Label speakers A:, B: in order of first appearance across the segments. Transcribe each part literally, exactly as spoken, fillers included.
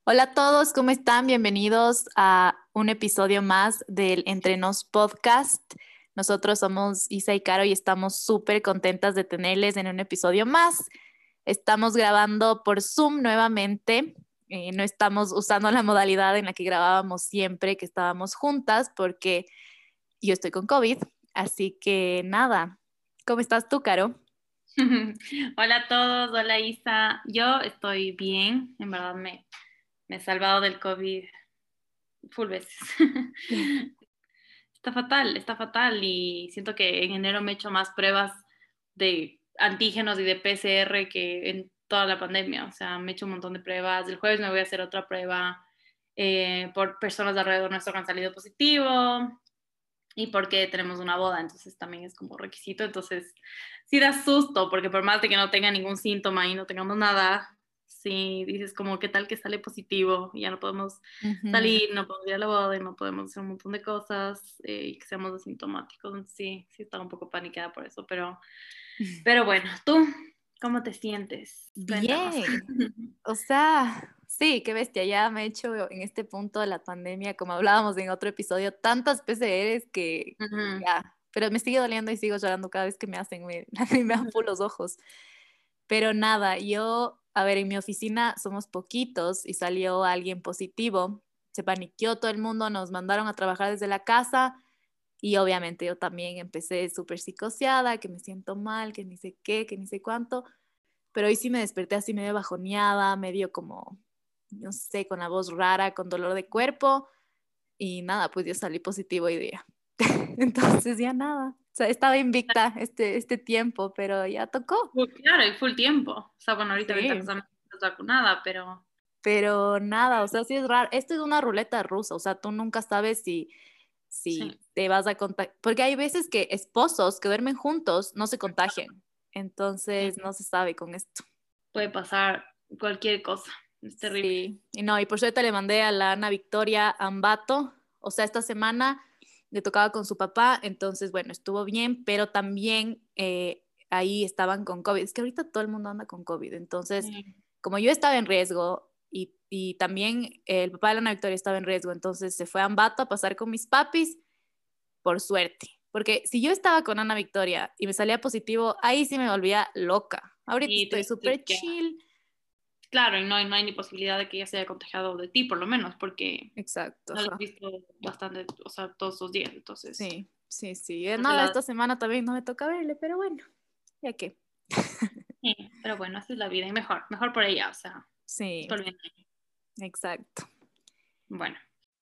A: Hola a todos, ¿cómo están? Bienvenidos a un episodio más del Entre Nos Podcast. Nosotros somos Isa y Caro y estamos súper contentas de tenerles en un episodio más. Estamos grabando por Zoom nuevamente. Eh, no estamos usando la modalidad en la que grabábamos siempre, que estábamos juntas, porque yo estoy con COVID. Así que nada, ¿cómo estás tú, Caro?
B: Hola a todos, hola Isa. Yo estoy bien, en verdad me, me he salvado del COVID full veces. Está fatal, está fatal y siento que en enero me he hecho más pruebas de antígenos y de P C R que en toda la pandemia. O sea, me he hecho un montón de pruebas. El jueves me voy a hacer otra prueba eh, por personas de alrededor nuestro que han salido positivo y porque tenemos una boda, entonces también es como requisito. Entonces sí da susto, porque por más de que no tenga ningún síntoma y no tengamos nada, sí dices como, ¿qué tal que sale positivo? Y ya no podemos
A: Ujú.
B: salir, no podemos ir a la boda y no podemos hacer un montón de cosas eh, y que seamos asintomáticos. Entonces, sí, sí estaba un poco paniqueada por eso, pero, pero bueno, ¿tú cómo te sientes? Cuéntanos.
A: Bien. O sea, sí, qué bestia, ya me he hecho en este punto de la pandemia, como hablábamos en otro episodio, tantas P C Rs que
B: Ujú.
A: ya, pero me sigue doliendo y sigo llorando cada vez que me hacen, me, a mí me dan full los ojos. Pero nada, yo, a ver, en mi oficina somos poquitos y salió alguien positivo, se paniqueó todo el mundo, nos mandaron a trabajar desde la casa y obviamente yo también empecé súper psicoseada, que me siento mal, que ni sé qué, que ni sé cuánto, pero hoy sí me desperté así medio bajoneada, medio como, no sé, con la voz rara, con dolor de cuerpo y nada, pues yo salí positivo hoy día. Entonces ya nada, o sea, estaba invicta este, este tiempo, pero ya tocó.
B: Full- Claro, y full tiempo. O sea, bueno, ahorita
A: Sí,
B: ventajosamente estás vacunada, pero
A: pero nada, o sea, sí es raro. Esto es una ruleta rusa, o sea, tú nunca sabes si, si
B: sí.
A: te vas a contagiar, porque hay veces que esposos que duermen juntos no se contagian,
B: Sí,
A: entonces no se sabe con esto.
B: puede pasar cualquier cosa. Es terrible.
A: Sí, y no, y por suerte le mandé a la Ana Victoria Ambato, o sea, esta semana le tocaba con su papá, entonces, bueno, estuvo bien, pero también eh, ahí estaban con COVID. Es que ahorita todo el mundo anda con COVID, entonces,
B: Sí.
A: como yo estaba en riesgo y, y también el papá de la Ana Victoria estaba en riesgo, entonces se fue a Ambato a pasar con mis papis, por suerte. Porque si yo estaba con Ana Victoria y me salía positivo, ahí sí me volvía loca. Ahorita
B: Y
A: estoy
B: te- te
A: súper
B: queda-
A: chill.
B: claro, y no, hay- no hay ni posibilidad de que ella se haya contagiado de ti, por lo menos, porque
A: Exacto,
B: no lo he
A: ajá.
B: visto bastante, o sea, todos los días. Entonces,
A: Sí, sí, sí. Eh,
B: por ese
A: Nada,
B: lado,
A: esta semana también no me toca verle, pero bueno, ya que.
B: sí. Pero bueno, así es la vida y mejor, mejor por ella, o sea, es
A: Sí,
B: por bien.
A: exacto.
B: Bueno,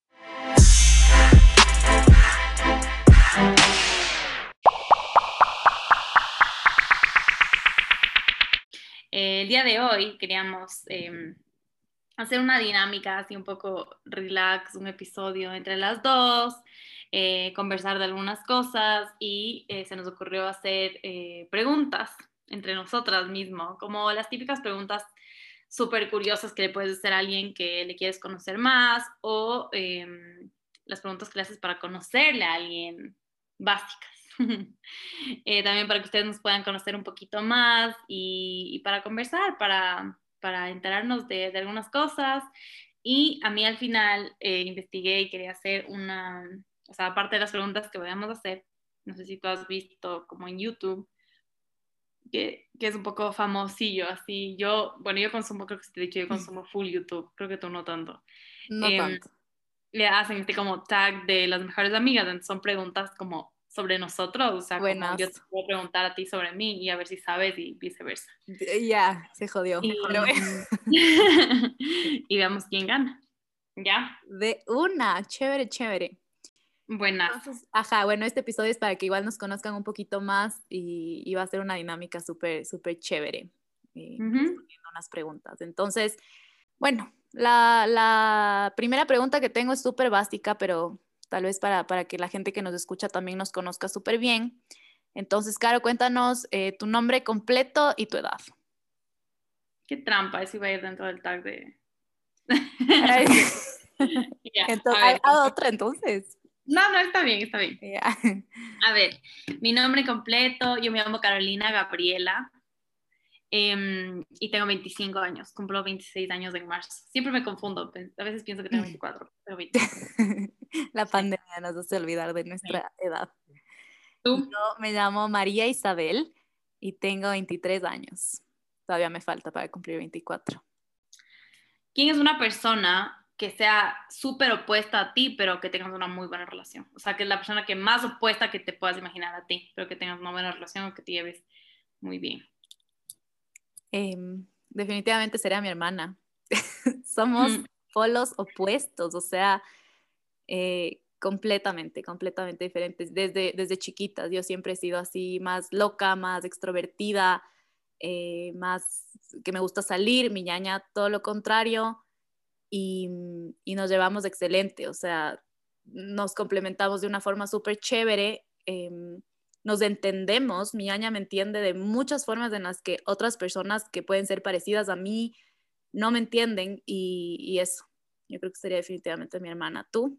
B: eh, el día de hoy queríamos eh, hacer una dinámica así un poco relax, un episodio entre las dos, eh, conversar de algunas cosas y eh, se nos ocurrió hacer eh, preguntas entre nosotras mismos, como las típicas preguntas súper curiosas que le puedes hacer a alguien que le quieres conocer más o eh, las preguntas que le haces para conocerle a alguien básicas. eh, también para que ustedes nos puedan conocer un poquito más y, y para conversar, para, para enterarnos de, de, algunas cosas. Y a mí al final eh, investigué y quería hacer una, o sea, aparte de las preguntas que vamos a hacer, no sé si tú has visto como en YouTube, que, que es un poco famosillo, así. Yo, bueno, yo consumo, creo que te he dicho, yo consumo full YouTube, creo que tú no tanto.
A: No
B: Eh,
A: tanto.
B: Le hacen este como tag de las mejores amigas, entonces son preguntas como sobre nosotros, o sea, como yo te
A: Buenas.
B: puedo preguntar a ti sobre mí y a ver si sabes y viceversa.
A: D- Ya, se jodió. Pero
B: Y,
A: bueno,
B: y veamos quién gana. ¿Ya?
A: de una, chévere, chévere.
B: Buenas.
A: Entonces, ajá, bueno, este episodio es para que igual nos conozcan un poquito más y, y va a ser una dinámica súper, súper chévere, eh,
B: Ujú.
A: respondiendo unas preguntas. Entonces, bueno, la, la primera pregunta que tengo es súper básica, pero tal vez para, para que la gente que nos escucha también nos conozca súper bien. Entonces, Caro, cuéntanos eh, tu nombre completo y tu edad.
B: Qué trampa, eso iba a ir dentro del tag de...
A: Ay,
B: No sé. Ya,
A: entonces,
B: a
A: ¿hay
B: ver.
A: hay otra entonces?
B: No, no, está bien, está bien.
A: Ya.
B: A ver, mi nombre completo, yo me llamo Carolina Gabriela. Eh, y tengo veinticinco años, cumplo veintiséis años en marzo. Siempre me confundo, a veces pienso que tengo veinticuatro, pero veinticinco.
A: La
B: Sí.
A: pandemia nos hace olvidar de nuestra
B: Sí.
A: edad.
B: ¿Tú?
A: Yo me llamo María Isabel y tengo veintitrés años. Todavía me falta para cumplir veinticuatro.
B: ¿Quién es una persona que sea súper opuesta a ti, pero que tengas una muy buena relación? O sea, que es la persona que más opuesta que te puedas imaginar a ti, pero que tengas una buena relación o que te lleves muy bien.
A: Eh, definitivamente sería mi hermana. Somos
B: Mm.
A: polos opuestos, o sea, eh, completamente, completamente diferentes. Desde, desde chiquitas, yo siempre he sido así, más loca, más extrovertida, eh, más que me gusta salir, mi ñaña todo lo contrario, y, y nos llevamos excelente, o sea, nos complementamos de una forma súper chévere, eh, nos entendemos, mi ñaña me entiende de muchas formas en las que otras personas que pueden ser parecidas a mí no me entienden, y, y eso, yo creo que sería definitivamente mi hermana. ¿Tú?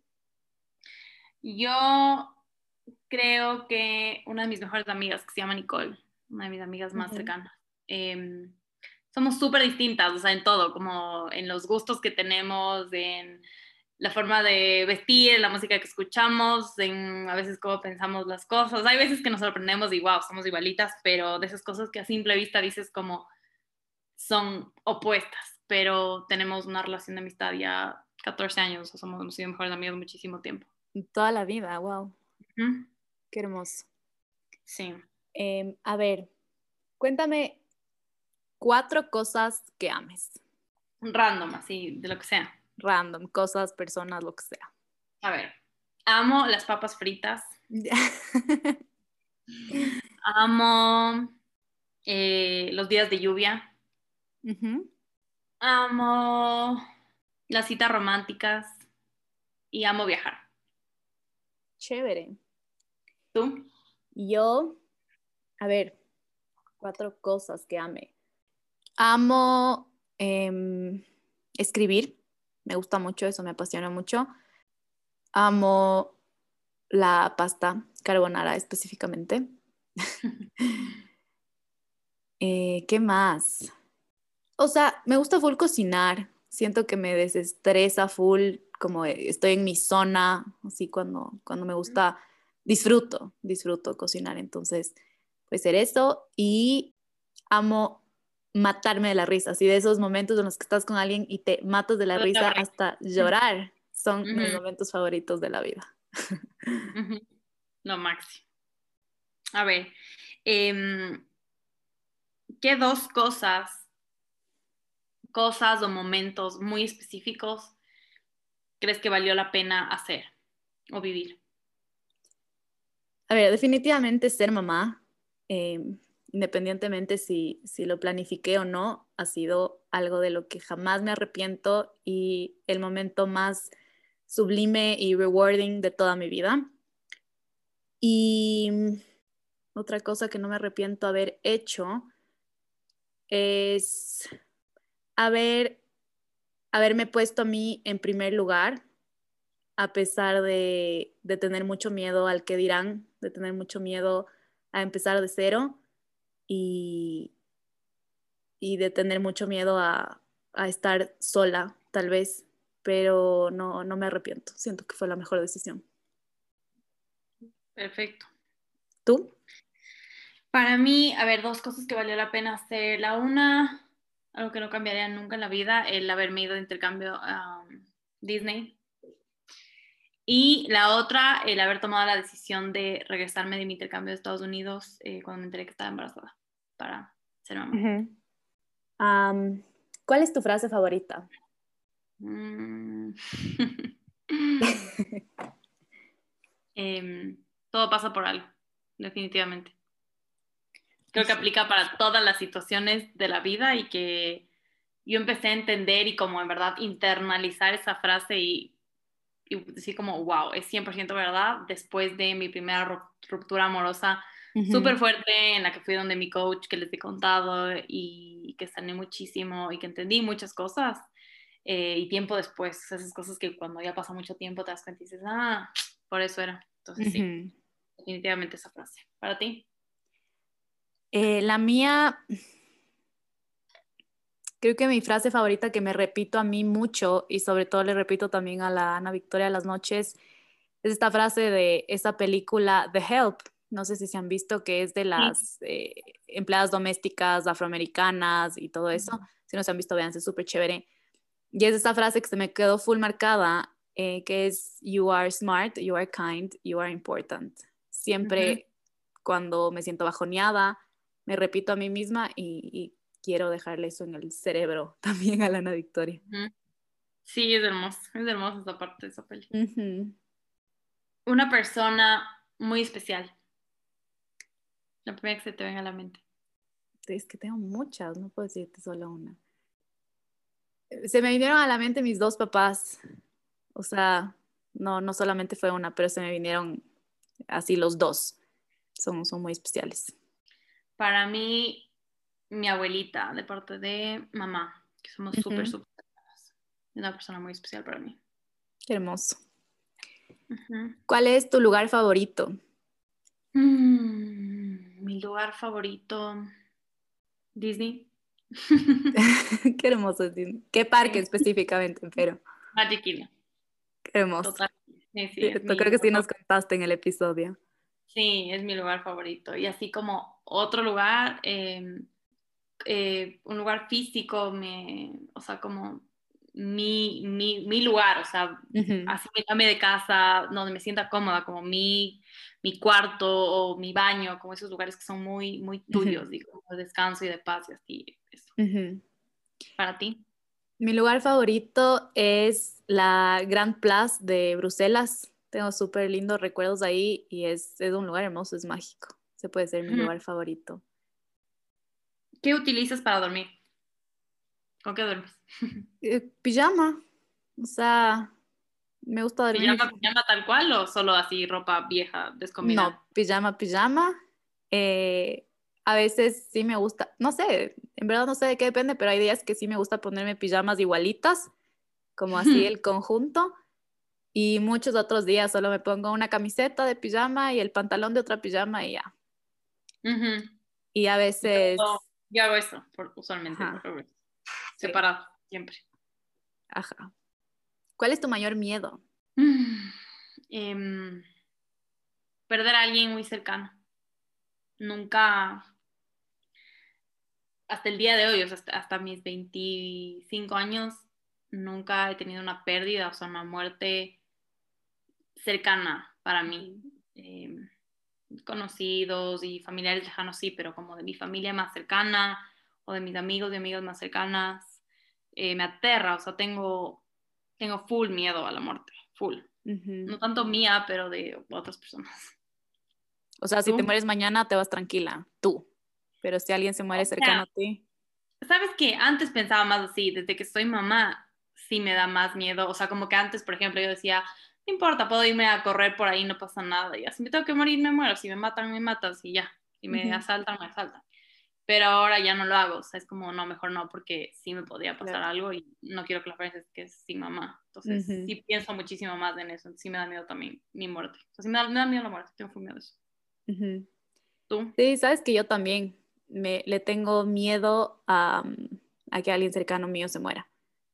B: Yo creo que una de mis mejores amigas, que se llama Nicole, una de mis amigas más
A: Ujú.
B: cercanas, eh, somos súper distintas, o sea, en todo, como en los gustos que tenemos, en la forma de vestir, en la música que escuchamos, en a veces cómo pensamos las cosas. Hay veces que nos sorprendemos y wow, somos igualitas, pero de esas cosas que a simple vista dices como son opuestas, pero tenemos una relación de amistad ya catorce años, o somos, hemos sido mejores amigos muchísimo tiempo.
A: Toda la vida, wow,
B: ¿Mm?
A: qué hermoso.
B: Sí.
A: Eh, a ver, cuéntame cuatro cosas que ames.
B: Random, así, de lo que sea.
A: Random, cosas, personas, lo que sea.
B: A ver, amo las papas fritas, amo eh, los días de lluvia,
A: Ujú.
B: amo las citas románticas y amo viajar.
A: Chévere.
B: ¿Tú?
A: Yo, a ver, cuatro cosas que ame. Amo em, escribir, me gusta mucho, eso me apasiona mucho. Amo la pasta carbonara específicamente. Eh, ¿qué más? O sea, me gusta full cocinar. Siento que me desestresa full, como estoy en mi zona, así cuando, cuando me gusta, disfruto, disfruto cocinar. Entonces, puede ser eso. Y amo matarme de la risa, así de esos momentos en los que estás con alguien y te matas de la risa hasta llorar. Son mis
B: Ujú,
A: momentos favoritos de la vida.
B: ujú. Lo máximo. A ver, em, ¿qué dos cosas, cosas o momentos muy específicos crees que valió la pena hacer o vivir?
A: A ver, definitivamente ser mamá, eh, independientemente si, si lo planifiqué o no, ha sido algo de lo que jamás me arrepiento y el momento más sublime y rewarding de toda mi vida. Y otra cosa que no me arrepiento haber hecho es haber, haberme puesto a mí en primer lugar, a pesar de, de tener mucho miedo al que dirán, de tener mucho miedo a empezar de cero y, y de tener mucho miedo a, a estar sola, tal vez, pero no, no me arrepiento. Siento que fue la mejor decisión.
B: Perfecto.
A: ¿Tú?
B: Para mí, a ver, dos cosas que valió la pena hacer. La una, algo que no cambiaría nunca en la vida, el haberme ido de intercambio a um, Disney. Y la otra, el haber tomado la decisión de regresarme de mi intercambio de Estados Unidos eh, cuando me enteré que estaba embarazada para ser mamá.
A: Ujú. Am, ¿cuál es tu frase favorita?
B: Mm. Em, todo pasa por algo, definitivamente. Creo que aplica para todas las situaciones de la vida y que yo empecé a entender y como en verdad internalizar esa frase y, y decir como, wow, es cien por ciento verdad después de mi primera ru- ruptura amorosa
A: Ujú,
B: súper fuerte en la que fui donde mi coach que les he contado y que sané muchísimo y que entendí muchas cosas. Eh, y tiempo después, esas cosas que cuando ya pasa mucho tiempo te das cuenta y dices, ah, por eso era. Entonces sí,
A: ujú.
B: definitivamente esa frase. ¿Para ti?
A: Eh, la mía, Creo que mi frase favorita que me repito a mí mucho y sobre todo le repito también a la Ana Victoria a las noches es esta frase de esa película The Help. No sé si se han visto, que es de
B: Sí.
A: las eh, empleadas domésticas afroamericanas y todo eso. Si no se han visto, vean, es súper chévere. Y es esta frase que se me quedó full marcada, eh, que es You are smart, you are kind, you are important.
B: Ujú,
A: Siempre cuando me siento bajoneada, me repito a mí misma y, y quiero dejarle eso en el cerebro también a la Ana Victoria.
B: ujú. Sí, es hermoso, es hermosa esa parte de esa peli.
A: Ujú.
B: Una persona muy especial, la primera que se te venga a la mente.
A: Es que tengo muchas, no puedo decirte solo una. Se me vinieron a la mente mis dos papás, o sea, no, no solamente fue una, pero se me vinieron así los dos. Son, son muy especiales.
B: Para mí, mi abuelita, de parte de mamá, que somos súper,
A: Ujú.
B: súper cercanas. Es una persona muy especial para mí.
A: Qué hermoso.
B: Ujú.
A: ¿Cuál es tu lugar favorito?
B: Mm, mi lugar favorito, Disney.
A: Qué hermoso. Disney. ¿Qué parque
B: Sí,
A: específicamente? Pero
B: Magic Kingdom,
A: qué hermoso.
B: total. Sí, sí, es
A: Cierto,
B: mi
A: creo que
B: lugar
A: sí nos
B: favorito.
A: contaste en el episodio.
B: Sí, es mi lugar favorito. Y así como otro lugar, eh, eh, un lugar físico, me, o sea, como mi, mi, mi lugar, o sea,
A: Ujú,
B: así me cambie de casa, donde me sienta cómoda, como mi, mi cuarto o mi baño, como esos lugares que son muy, muy
A: ujú,
B: tuyos, digo, de descanso y de paz y así, eso.
A: ujú.
B: Para ti.
A: Mi lugar favorito es la Grand Place de Bruselas. Tengo súper lindos recuerdos ahí y es, es un lugar hermoso, es mágico. Se puede ser mi lugar favorito.
B: ¿Qué utilizas para dormir? ¿Con qué duermes?
A: Eh, pijama, o sea, me gusta dormir.
B: ¿Pijama, pijama tal cual o solo así ropa vieja, descombinada?
A: No, pijama, pijama. Eh, a veces sí me gusta, no sé, en verdad no sé de qué depende, pero hay días que sí me gusta ponerme pijamas igualitas, como así el conjunto. Y muchos otros días solo me pongo una camiseta de pijama y el pantalón de otra pijama y ya.
B: Ujú.
A: Y a veces,
B: Yo, yo hago eso, por- usualmente, por
A: ajá,
B: favor.
A: sí,
B: Separado, siempre.
A: ajá. ¿Cuál es tu mayor miedo?
B: Mm, em, perder a alguien muy cercano. Nunca, hasta el día de hoy, o sea, hasta, hasta mis veinticinco años, nunca he tenido una pérdida, o sea, una muerte cercana para mí. Em, conocidos y familiares lejanos, sí, pero como de mi familia más cercana o de mis amigos y amigas más cercanas, eh, me aterra, o sea, tengo, tengo full miedo a la muerte, full.
A: Ujú.
B: No tanto mía, pero de otras personas.
A: O sea, si te
B: ¿Tú?
A: mueres mañana, te vas tranquila, tú. Pero si alguien se muere
B: O
A: cercano
B: sea,
A: a ti,
B: sabes que antes pensaba más así, desde que soy mamá, sí me da más miedo. O sea, como que antes, por ejemplo, yo decía, no importa, puedo irme a correr por ahí, no pasa nada. Y así me tengo que morir, me muero. Si me matan, me matan, y ya. Si me
A: ujú,
B: asaltan, me asaltan. Pero ahora ya no lo hago, o sea, es como, no, mejor no, porque sí me podría pasar
A: claro.
B: algo y no quiero que la pienses que es sin mamá. Entonces,
A: Ujú,
B: sí pienso muchísimo más en eso, sí me da miedo también mi muerte. O sea, sí me da, me da miedo la muerte, tengo full miedo de eso.
A: ujú.
B: ¿Tú?
A: Sí, sabes que yo también me, le tengo miedo a, mm, a que alguien cercano mío se muera.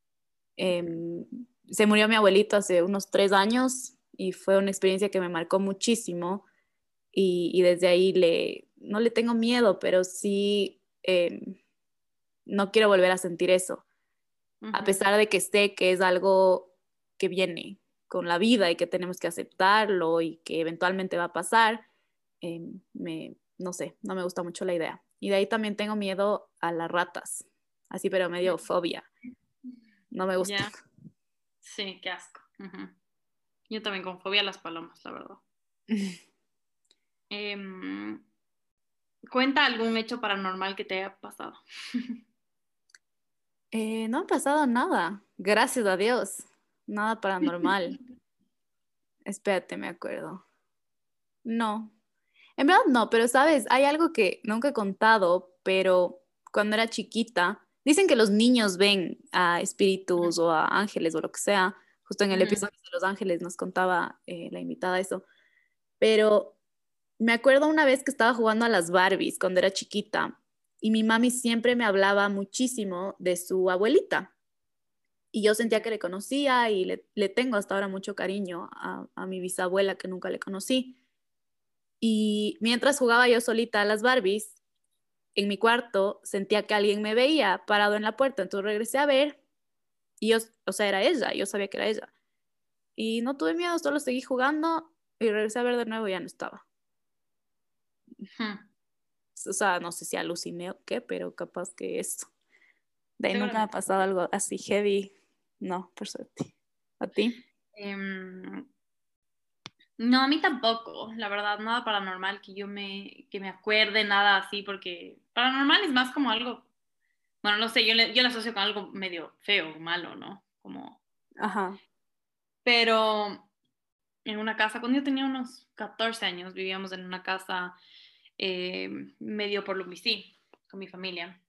A: Em, Se murió mi abuelito hace unos tres años y fue una experiencia que me marcó muchísimo y, y desde ahí le, no le tengo miedo, pero sí em, no quiero volver a sentir eso, a
B: Ujú.
A: pesar de que sé que es algo que viene con la vida y que tenemos que aceptarlo y que eventualmente va a pasar. em, me, no sé, no me gusta mucho la idea. Y de ahí también tengo miedo a las ratas, así pero medio fobia, no me gustan.
B: Ya, sí, qué asco. Ujú. Yo también con fobia a las palomas, la verdad. Em, cuenta algún hecho paranormal que te haya pasado.
A: Eh, no ha pasado nada, gracias a Dios, nada paranormal. Espérate, me acuerdo. No, en verdad no, pero sabes, hay algo que nunca he contado, pero cuando era chiquita, dicen que los niños ven a espíritus o a ángeles o lo que sea. Justo en el
B: Ujú,
A: episodio de Los Ángeles nos contaba eh, la invitada eso. Pero me acuerdo una vez que estaba jugando a las Barbies cuando era chiquita y mi mami siempre me hablaba muchísimo de su abuelita. Y yo sentía que le conocía y le, le tengo hasta ahora mucho cariño a, a mi bisabuela que nunca le conocí. Y mientras jugaba yo solita a las Barbies, en mi cuarto sentía que alguien me veía parado en la puerta, entonces regresé a ver y yo, o sea, era ella, yo sabía que era ella. Y no tuve miedo, solo seguí jugando y regresé a ver de nuevo y ya no estaba.
B: Ujú.
A: O sea, no sé si aluciné o qué, pero capaz que eso. De ahí nunca me ha
B: Seguramente.
A: pasado algo así heavy. No, por suerte. ¿A ti?
B: Em, no, a mí tampoco, la verdad, nada paranormal que yo me, que me acuerde, nada así, porque paranormal es más como algo, bueno, no sé, yo le, yo lo asocio con algo medio feo, malo, ¿no? Como,
A: Ajá.
B: pero en una casa, cuando yo tenía unos catorce años, vivíamos en una casa eh, medio por Lumisí, con mi familia.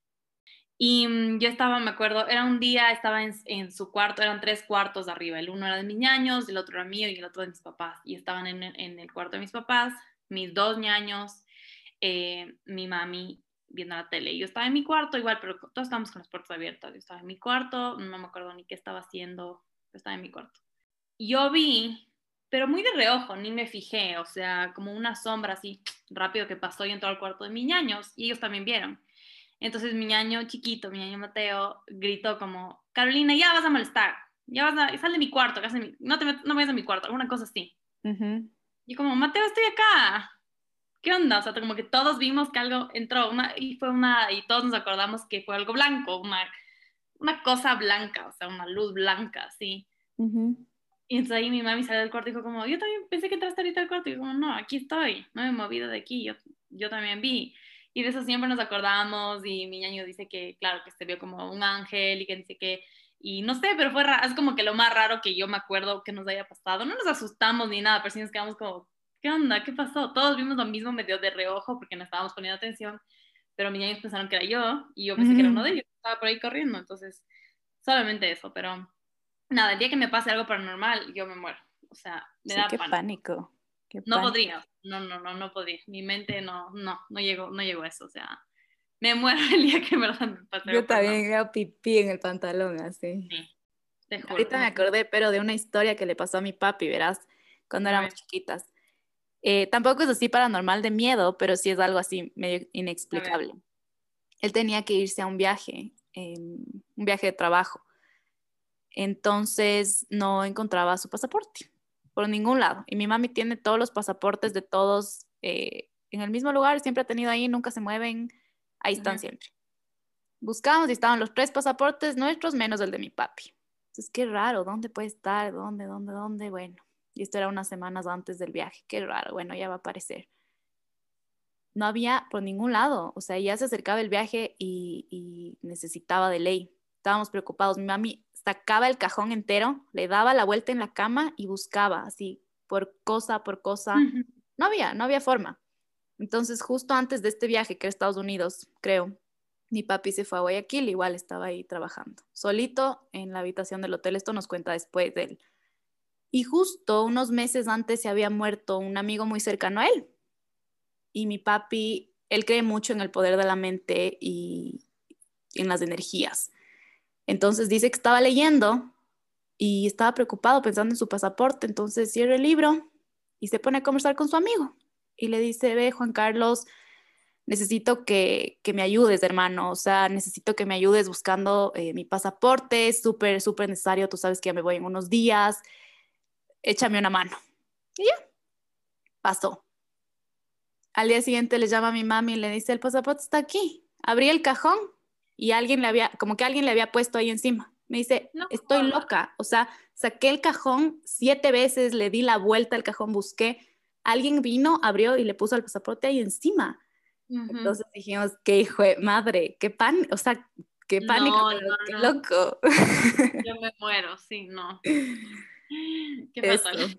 B: Y mm, yo estaba, me acuerdo, era un día, estaba en, en su cuarto, eran tres cuartos de arriba, el uno era de mis ñaños, el otro era mío y el otro de mis papás. Y estaban en, en el cuarto de mis papás, mis dos ñaños, eh, mi mami viendo la tele. Y yo estaba en mi cuarto igual, pero todos estábamos con las puertas abiertas. Yo estaba en mi cuarto, no me acuerdo ni qué estaba haciendo, pero estaba en mi cuarto. Y yo vi, pero muy de reojo, ni me fijé, o sea, como una sombra así rápido que pasó y entró al cuarto de mis ñaños y ellos también vieron. Entonces mi ñaño chiquito, mi ñaño Mateo, gritó como, Carolina, ya vas a molestar, ya vas a, sal de mi cuarto, mi, no, te, no vayas a mi cuarto, alguna cosa así.
A: Uh-huh.
B: Y como, Mateo, estoy acá, ¿qué onda? O sea, como que todos vimos que algo entró, una, y fue una, y todos nos acordamos que fue algo blanco, una, una cosa blanca, o sea, una luz blanca, así.
A: Uh-huh.
B: Y entonces ahí mi mami salió del cuarto y dijo como, yo también pensé que entraste ahorita al cuarto. Y yo como, no, aquí estoy, no me he movido de aquí, yo, yo también vi. Y de eso siempre nos acordamos y mi ñaño dice que, claro, que se vio como un ángel y que dice que, y no sé, pero fue raro, es como que lo más raro que yo me acuerdo que nos haya pasado. No nos asustamos ni nada, pero sí nos quedamos como, ¿qué onda? ¿Qué pasó? Todos vimos lo mismo medio de reojo porque no estábamos poniendo atención, pero mis ñaños pensaron que era yo y yo pensé que era uno
A: Uh-huh.
B: de ellos, estaba por ahí corriendo, entonces solamente eso, pero nada, el día que me pase algo paranormal, yo me muero. O sea, me
A: Sí,
B: da
A: qué
B: pánico.
A: pánico. Qué
B: No
A: pánico.
B: podría. No, no, no, no podría. Mi mente no, no, no llegó, no llegó a eso. O sea, me muero el día que en verdad me pase
A: Yo
B: algo paranormal.
A: también veo pipí en el pantalón, así.
B: Sí, te juro.
A: Ahorita me
B: No.
A: acordé, pero de una historia que le pasó a mi papi, verás, cuando
B: A
A: éramos
B: ver,
A: chiquitas. Eh, tampoco es así paranormal de miedo, pero sí es algo así medio
B: a ver.
A: inexplicable. Él tenía que irse a un viaje, eh, un viaje de trabajo. Entonces no encontraba su pasaporte por ningún lado. Y mi mami tiene todos los pasaportes de todos eh, en el mismo lugar, siempre ha tenido ahí, nunca se mueven, ahí están
B: Ujú.
A: siempre. Buscamos y estaban los tres pasaportes nuestros menos el de mi papi. Entonces, qué raro, ¿dónde puede estar? ¿Dónde, dónde, dónde? Bueno, y esto era unas semanas antes del viaje, qué raro, bueno, ya va a aparecer. No había por ningún lado, o sea, ya se acercaba el viaje y, y necesitaba de ley. Estábamos preocupados. Mi mami sacaba el cajón entero, le daba la vuelta en la cama y buscaba así, por cosa, por cosa.
B: Ujú.
A: No había, no había forma. Entonces, justo antes de este viaje, que era Estados Unidos, creo, mi papi se fue a Guayaquil, igual estaba ahí trabajando, solito en la habitación del hotel. Esto nos cuenta después de él. Y justo unos meses antes se había muerto un amigo muy cercano a él. Y mi papi, él cree mucho en el poder de la mente y en las energías. Entonces dice que estaba leyendo y estaba preocupado pensando en su pasaporte. Entonces cierra el libro y se pone a conversar con su amigo. Y le dice, ve, Juan Carlos, necesito que, que me ayudes, hermano. O sea, necesito que me ayudes buscando eh, mi pasaporte. Es súper, súper necesario. Tú sabes que ya me voy en unos días. Échame una mano. Y ya, pasó. Al día siguiente le llama a mi mami y le dice, el pasaporte está aquí. Abrí el cajón y alguien le había, como que alguien le había puesto ahí encima. Me dice,
B: No
A: estoy
B: jodas.
A: loca. O sea, saqué el cajón siete veces, le di la vuelta al cajón, busqué. Alguien vino, abrió y le puso el pasaporte ahí encima.
B: Ujú.
A: Entonces dijimos, qué hijo de madre, qué pan, o sea, qué pánico,
B: No, no,
A: pero qué
B: no.
A: loco.
B: Yo me muero, sí, no. Qué fatal.
A: Eso.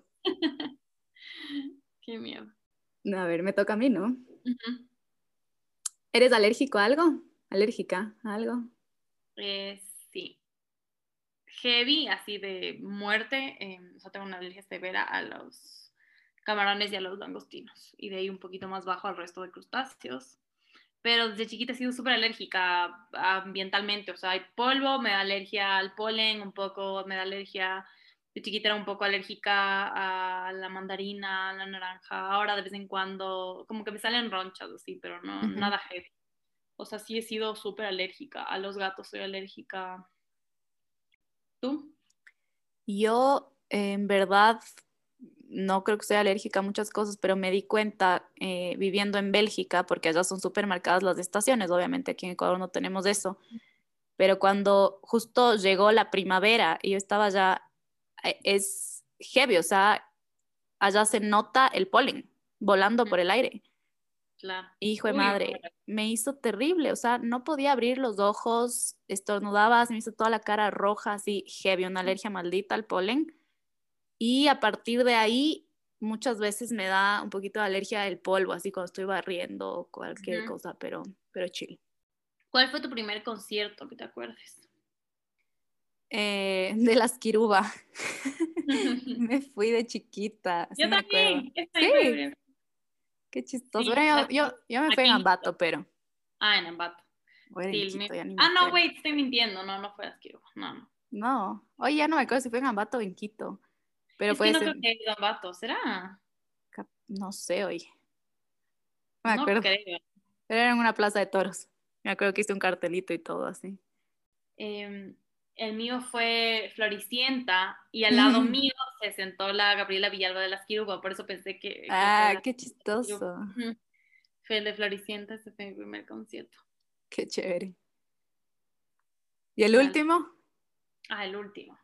B: Qué miedo.
A: No, a ver, me toca a mí, ¿no?
B: Ujú.
A: ¿Eres alérgico a algo? ¿Alérgica a algo?
B: Eh, sí. Heavy, así de muerte. Eh, o sea, tengo una alergia severa a los camarones y a los langostinos. Y de ahí un poquito más bajo al resto de crustáceos. pero desde chiquita he sido súper alérgica ambientalmente, o sea, hay polvo, me da alergia al polen, un poco me da alergia, de chiquita era un poco alérgica a la mandarina, a la naranja, ahora de vez en cuando, como que me salen ronchas así, pero no,
A: Ujú.
B: nada heavy. O sea, sí he sido súper alérgica, a los gatos soy alérgica. ¿Tú?
A: Yo, eh, en verdad, no creo que sea alérgica a muchas cosas, pero me di cuenta eh, viviendo en Bélgica, porque allá son súper marcadas las estaciones, obviamente aquí en Ecuador no tenemos eso, pero cuando justo llegó la primavera y yo estaba allá, eh, es heavy, o sea, allá se nota el polen volando
B: Ujú,
A: por el aire.
B: claro.
A: Hijo de
B: Uy,
A: madre, me hizo terrible, o sea, no podía abrir los ojos, estornudaba, se me hizo toda la cara roja, así heavy, una alergia maldita al polen. Y a partir de ahí, muchas veces me da un poquito de alergia al polvo, así cuando estoy barriendo o cualquier
B: ujú.
A: cosa, pero, pero chill.
B: ¿Cuál fue tu primer concierto que te acuerdes?
A: Eh, de las Kiruba. Me fui de chiquita, sí
B: Yo
A: me acuerdo.
B: también, esta
A: Sí,
B: fue mi primer-
A: qué chistoso.
B: Sí,
A: Bueno, yo,
B: aquí,
A: yo, yo me fui en
B: aquí.
A: Ambato, pero
B: Ah, en Ambato.
A: o era
B: Sí,
A: en
B: el mío.
A: Quito, ya ni me
B: Ah, no,
A: acuerdo.
B: wait, estoy mintiendo. No, no fue Asqueroa. No, no.
A: No, oye, ya no me acuerdo si fue en Ambato o en Quito, pero
B: Es
A: fue
B: que no
A: ese,
B: creo que haya ido a Ambato, ¿será?
A: cap- no sé, oye, no me
B: No
A: acuerdo.
B: creo.
A: Pero era en una plaza de toros. Me acuerdo que hice un cartelito y todo así.
B: Eh, el mío fue Floricienta y al lado mío se sentó la Gabriela Villalba de las Quiruba, por eso pensé que, que fue
A: Ah,
B: la
A: qué
B: Quiruba.
A: chistoso.
B: Ujú. Fue el de Floricienta, ese fue mi primer concierto.
A: Qué chévere. ¿Y el
B: Dale.
A: último?
B: Ah, el último.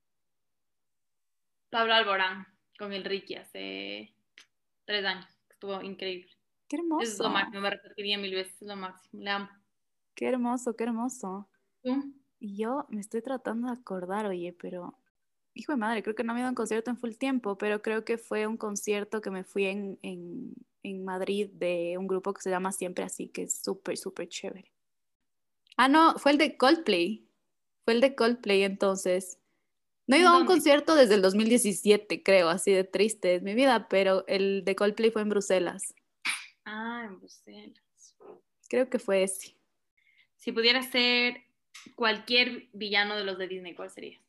B: Pablo Alborán con el Ricky hace tres años. Estuvo increíble.
A: Qué
B: Es lo
A: hermoso.
B: máximo, me repetiría mil veces, es lo máximo. Le amo.
A: Qué hermoso, qué hermoso.
B: ¿Tú?
A: Y yo me estoy tratando de acordar, oye, pero hijo de madre, creo que no me he ido a un concierto en full tiempo, pero creo que fue un concierto que me fui en, en, en Madrid de un grupo que se llama Siempre Así, que es súper, súper chévere. Ah, no, fue el de Coldplay. Fue el de Coldplay entonces. No he ido
B: ¿En
A: a un
B: dónde?
A: concierto desde el dos mil diecisiete, creo, así de triste es mi vida, pero el de Coldplay fue en Bruselas.
B: Ah, en Bruselas.
A: Creo que fue ese.
B: Si pudieras ser cualquier villano de los de Disney, ¿cuál sería?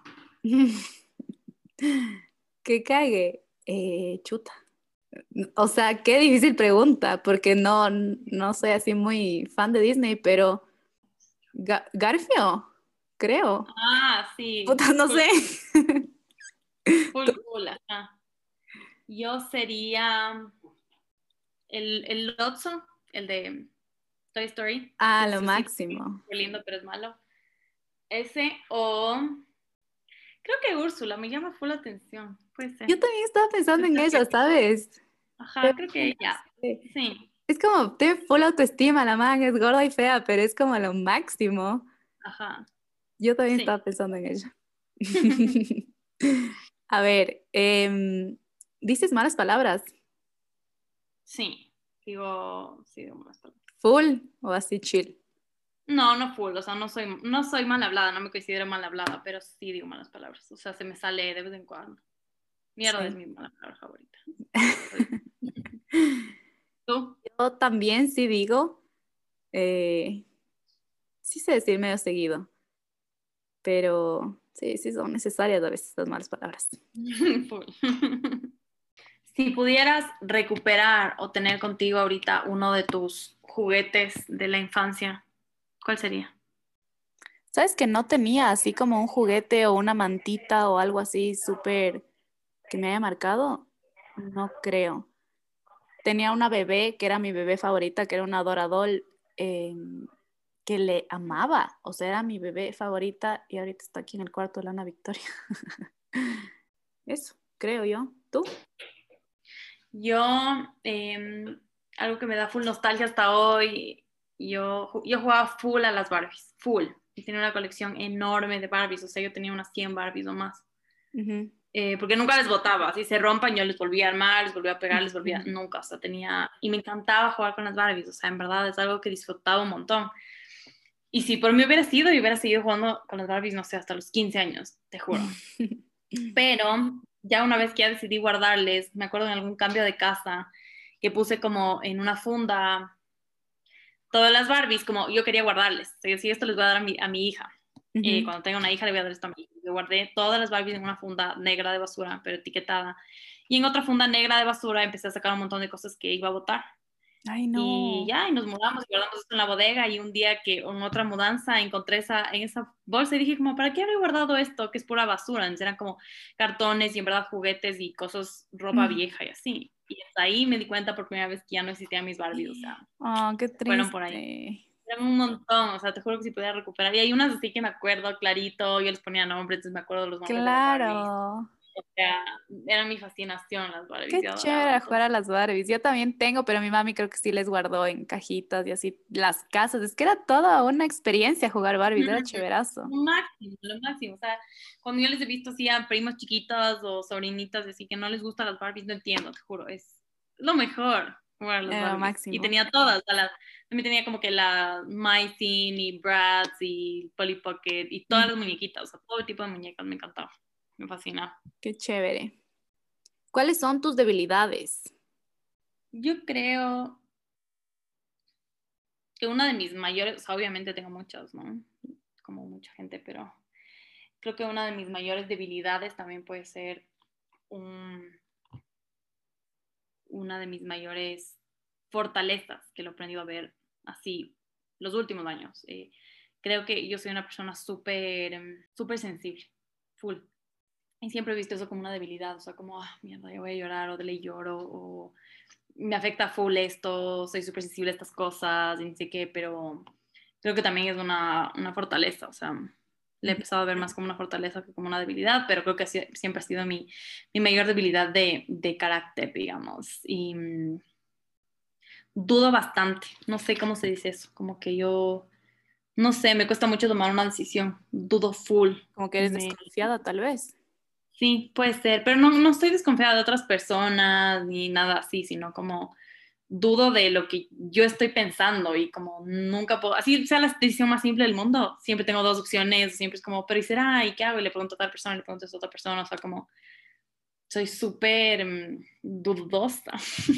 A: Que cague. Eh, chuta. O sea, qué difícil pregunta, porque no, no soy así muy fan de Disney, pero Ga- Garfio, creo.
B: Ah, sí.
A: Puta, no
B: Full,
A: sé.
B: full, full, ajá. Yo sería el, el Lotso, el de Toy Story,
A: Ah,
B: que
A: lo
B: es así,
A: máximo.
B: muy lindo, pero es malo. Ese o creo que Úrsula me llama full la atención. Puede ser.
A: Yo también estaba pensando en
B: Está
A: ella,
B: bien.
A: ¿sabes?
B: Ajá,
A: Pero
B: creo
A: no
B: que ya.
A: sé.
B: Sí,
A: Es como, tiene full autoestima, la man es gorda y fea, pero es como lo máximo.
B: ajá,
A: Yo también
B: sí.
A: estaba pensando en ella. A ver, em, dices malas palabras,
B: Sí, digo, sí, digo más palabras.
A: full o así chill.
B: No, no full, o sea, no soy, no soy mal hablada, no me considero mal hablada, pero sí digo malas palabras, o sea, se me sale de vez en cuando. Mierda es
A: Sí.
B: mi mala palabra favorita. Soy- ¿Tú?
A: Yo también sí digo, eh, sí sé decir medio seguido, pero sí, sí son necesarias a veces las malas palabras.
B: Full. Si pudieras recuperar o tener contigo ahorita uno de tus juguetes de la infancia, ¿cuál sería?
A: ¿Sabes que no tenía así como un juguete o una mantita o algo así súper que me haya marcado? No creo. Tenía una bebé que era mi bebé favorita, que era una Doradol, eh, que le amaba. O sea, era mi bebé favorita y ahorita está aquí en el cuarto de la Ana Victoria. Eso, creo yo. ¿Tú?
B: Yo, eh, algo que me da full nostalgia hasta hoy, yo, yo jugaba full a las Barbies, full. Y tenía una colección enorme de Barbies, o sea, yo tenía unas cien Barbies o más.
A: Ujú.
B: Eh, porque nunca les botaba, si se rompan yo les volvía a armar, les volvía a pegar, les volvía,
A: Ujú.
B: nunca, o sea, tenía, y me encantaba jugar con las Barbies, o sea, en verdad es algo que disfrutaba un montón. Y si por mí hubiera sido, yo hubiera seguido jugando con las Barbies, no sé, hasta los quince años, te juro. Pero ya una vez que ya decidí guardarles, me acuerdo en algún cambio de casa que puse como en una funda todas las Barbies, como yo quería guardarles. O sea, yo sí, esto les voy a dar a mi, a mi hija.
A: Uh
B: Eh,
A: -huh.
B: cuando tenga una hija le voy a dar esto a mi hija. Yo guardé todas las Barbies en una funda negra de basura, pero etiquetada. Y en otra funda negra de basura empecé a sacar un montón de cosas que iba a botar.
A: Ay,
B: Y
A: no.
B: ya, y nos mudamos y guardamos esto en la bodega. Y un día que en otra mudanza encontré esa, en esa bolsa y dije como, ¿para qué habré guardado esto? Que es pura basura. Entonces eran como cartones y en verdad juguetes y cosas, ropa
A: Mm.
B: vieja y así. Y hasta ahí me di cuenta por primera vez que ya no existían mis Barbies. O sea,
A: Oh, qué
B: fueron por ahí.
A: triste.
B: Eran un montón, o sea, te juro que si podía recuperar. Y hay unas así que me acuerdo clarito, yo les ponía nombres, entonces me acuerdo los nombres de las Barbies.
A: Claro.
B: O sea, era mi fascinación las Barbies,
A: Qué
B: yo adoraba.
A: chévere jugar
B: Entonces,
A: a las Barbies. Yo también tengo, pero mi mami creo que sí les guardó en cajitas y así las casas. Es que era toda una experiencia jugar Barbies, era chéverazo.
B: lo máximo, lo máximo. O sea, cuando yo les he visto así a primos chiquitos o sobrinitas, así que no les gustan las Barbies, no entiendo, te juro, es lo mejor jugar a las
A: Era lo
B: Barbies. Y
A: máximo.
B: tenía todas, o sea, la- también tenía como que la My Teen y Bratz y Polly Pocket y todas
A: Ujú.
B: las muñequitas, o sea, todo tipo de muñecas me encantaba, me fascinaba.
A: Qué chévere. ¿Cuáles son tus debilidades?
B: Yo creo que una de mis mayores, o sea, obviamente tengo muchas, ¿no? Como mucha gente, pero creo que una de mis mayores debilidades también puede ser un, una de mis mayores fortalezas, que lo he aprendido a ver así los últimos años. Eh, creo que yo soy una persona súper, em, súper sensible, full. Y siempre he visto eso como una debilidad, o sea, como, ah, mierda, yo voy a llorar o de ley lloro, o me afecta full esto, soy súper sensible a estas cosas, y no sé qué, pero creo que también es una, una fortaleza, o sea, le he
A: Ujú.
B: empezado a ver más como una fortaleza que como una debilidad, pero creo que así, siempre ha sido mi, mi mayor debilidad de, de carácter, digamos. Y mm, dudo bastante, no sé cómo se dice eso, como que yo, no sé, me cuesta mucho tomar una decisión, dudo full.
A: Como que eres
B: Me,
A: desconfiada, tal vez.
B: sí, puede ser, pero no, no estoy desconfiada de otras personas ni nada así, sino como dudo de lo que yo estoy pensando y como nunca puedo, así sea la decisión más simple del mundo, siempre tengo dos opciones, siempre es como, pero ¿y será? ¿Y qué hago? Y le pregunto a tal persona, le pregunto a otra persona, o sea, como soy súper um, dudosa.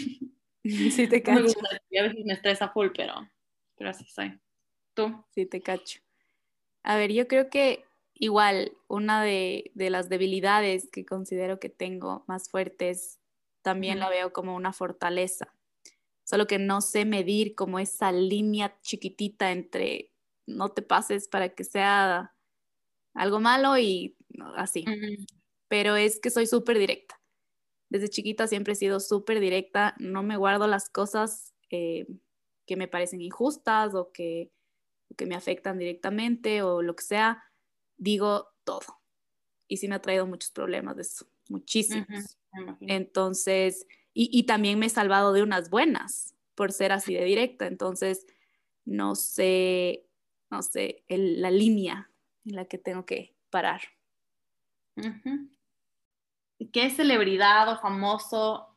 A: Sí te
B: No me
A: cacho,
B: gusta, y a veces me estresa full, pero, pero así soy. ¿Tú?
A: sí te cacho. A ver, yo creo que igual una de, de las debilidades que considero que tengo más fuertes, también
B: Uh-huh.
A: la veo como una fortaleza. Solo que no sé medir como esa línea chiquitita entre no te pases para que sea algo malo y no, así.
B: Uh-huh.
A: Pero es que soy súper directa. Desde chiquita siempre he sido súper directa, no me guardo las cosas eh, que me parecen injustas o que, que me afectan directamente o lo que sea, digo todo. Y sí me ha traído muchos problemas de eso,
B: Uh-huh.
A: muchísimos.
B: Me imagino.
A: Entonces, y, y también me he salvado de unas buenas por ser así de directa. Entonces, no sé, no sé, el- la línea en la que tengo que parar.
B: Uh-huh. ¿Qué celebridad o famoso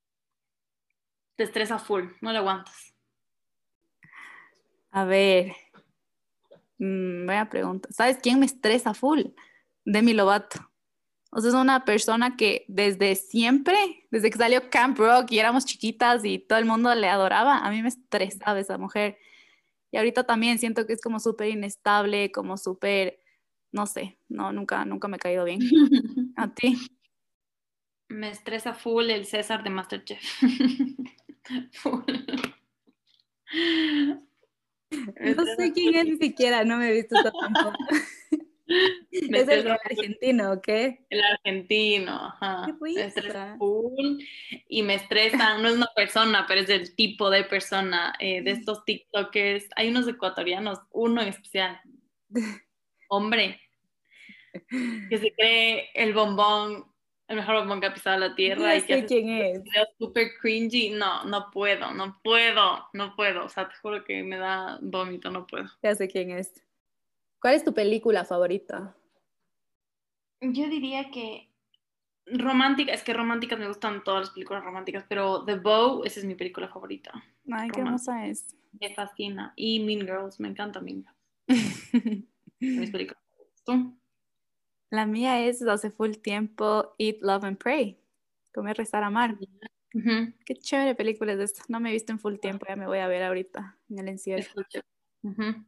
B: te estresa full? No lo aguantas.
A: A ver, mm, voy a preguntar. ¿Sabes quién me estresa full? Demi Lovato. O sea, es una persona que desde siempre, desde que salió Camp Rock y éramos chiquitas y todo el mundo le adoraba, a mí me estresaba esa mujer. Y ahorita también siento que es como súper inestable, como súper, no sé, no, nunca, nunca me ha caído bien. ¿A ti?
B: Me estresa full el César de MasterChef. Full. Me
A: No
B: estresa
A: sé quién
B: full.
A: es ni siquiera, no me he visto eso tampoco.
B: Me
A: Es el, el
B: estresa full
A: argentino, ¿o qué?
B: el argentino,
A: ¡Qué
B: ajá. Me estresa
A: risa!
B: full y me estresan, no es una persona, pero es el tipo de persona, eh, de estos TikTokers. Hay unos ecuatorianos, uno en especial, hombre, que se cree el bombón, el mejor bombón que ha pisado la tierra
A: Ya
B: y que
A: sé
B: hace
A: quién es.
B: videos súper cringy. No, no puedo, no puedo, no puedo. O sea, te juro que me da vómito, no puedo.
A: Ya sé quién es. ¿Cuál es tu película favorita?
B: Yo diría que romántica, es que románticas me gustan todas las películas románticas, pero The Bow, esa es mi película favorita.
A: Ay, qué
B: Romántica.
A: hermosa es.
B: Me fascina. Y Mean Girls, me encanta Mean Girls. Mis películas favoritas. ¿Tú?
A: La mía es hace full tiempo Eat, Love and Pray. Comer, rezar, amar.
B: Ujú.
A: Qué chévere película es esta. No me he visto en full tiempo, ya me voy a ver ahorita en el encierro.
B: Escucha. Ujú.